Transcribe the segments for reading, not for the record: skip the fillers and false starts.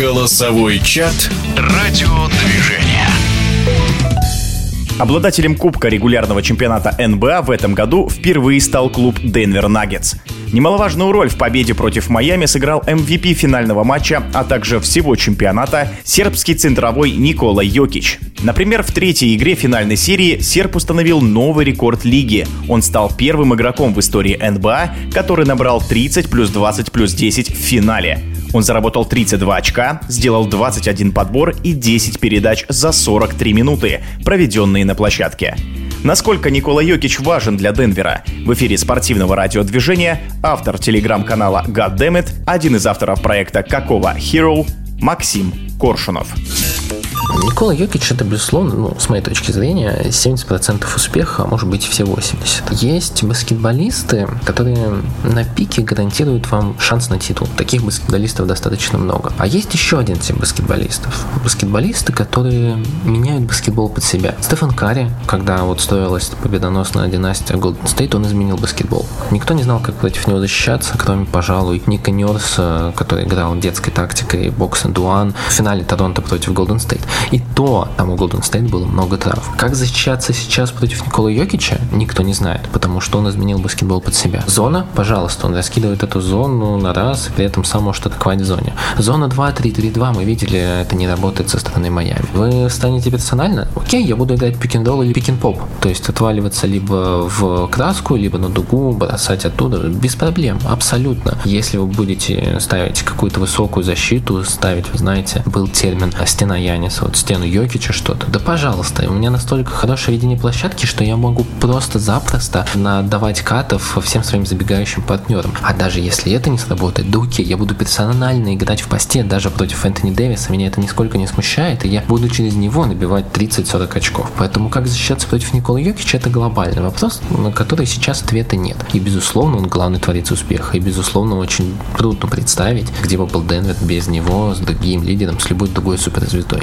Голосовой чат радиодвижения. Обладателем Кубка регулярного чемпионата НБА в этом году впервые стал клуб Денвер Наггетс. Немаловажную роль в победе против Майами сыграл MVP финального матча, а также всего чемпионата сербский центровой Никола Йокич. Например, в третьей игре финальной серии серб установил новый рекорд лиги. Он стал первым игроком в истории НБА, который набрал 30 плюс 20 плюс 10 в финале. Он заработал 32 очка, сделал 21 подбор и 10 передач за 43 минуты, проведенные на площадке. Насколько Никола Йокич важен для Денвера? В эфире спортивного радиодвижения автор телеграм-канала Goddammit, один из авторов проекта «Какого Hero» Максим Коршунов. Никола Йокич — это, безусловно, с моей точки зрения, 70% успеха, а может быть все 80%. Есть баскетболисты, которые на пике гарантируют вам шанс на титул. Таких баскетболистов достаточно много. А есть еще один тип баскетболистов. Баскетболисты, которые меняют баскетбол под себя. Стефан Карри, когда строилась победоносная династия Golden State, он изменил баскетбол. Никто не знал, как против него защищаться, кроме, пожалуй, Ника Нёрса, который играл детской тактикой бокс энд уан в финале Торонто против Golden State. И то там у Golden State было много трав. Как защищаться сейчас против Николы Йокича, никто не знает, потому что он изменил баскетбол под себя. Зона, пожалуйста, он раскидывает эту зону на раз, и при этом сам может атаковать в зоне. Зона 2-3-3-2, мы видели, это не работает со стороны Майами. Вы станете персонально? Окей, я буду играть пик-н-ролл или пик-н-поп, то есть отваливаться либо в краску, либо на дугу, бросать оттуда, без проблем, абсолютно. Если вы будете ставить какую-то высокую защиту, ставить, вы знаете, был термин «стена Яниса», стену Йокича что-то, да пожалуйста, у меня настолько хорошее видение площадки, что я могу просто-запросто надавать катов всем своим забегающим партнерам. А даже если это не сработает, да окей, я буду персонально играть в посте даже против Энтони Дэвиса, меня это нисколько не смущает, и я буду через него набивать 30-40 очков. Поэтому как защищаться против Николы Йокича — это глобальный вопрос, на который сейчас ответа нет. И безусловно, он главный творец успеха, и безусловно, очень трудно представить, где бы был Денвер без него, с другим лидером, с любой другой суперзвездой.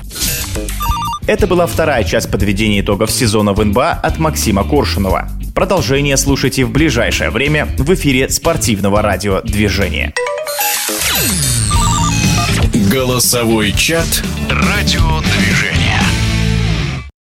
Это была вторая часть подведения итогов сезона в НБА от Максима Коршунова. Продолжение слушайте в ближайшее время в эфире спортивного радиодвижения. Голосовой чат радиодвижения.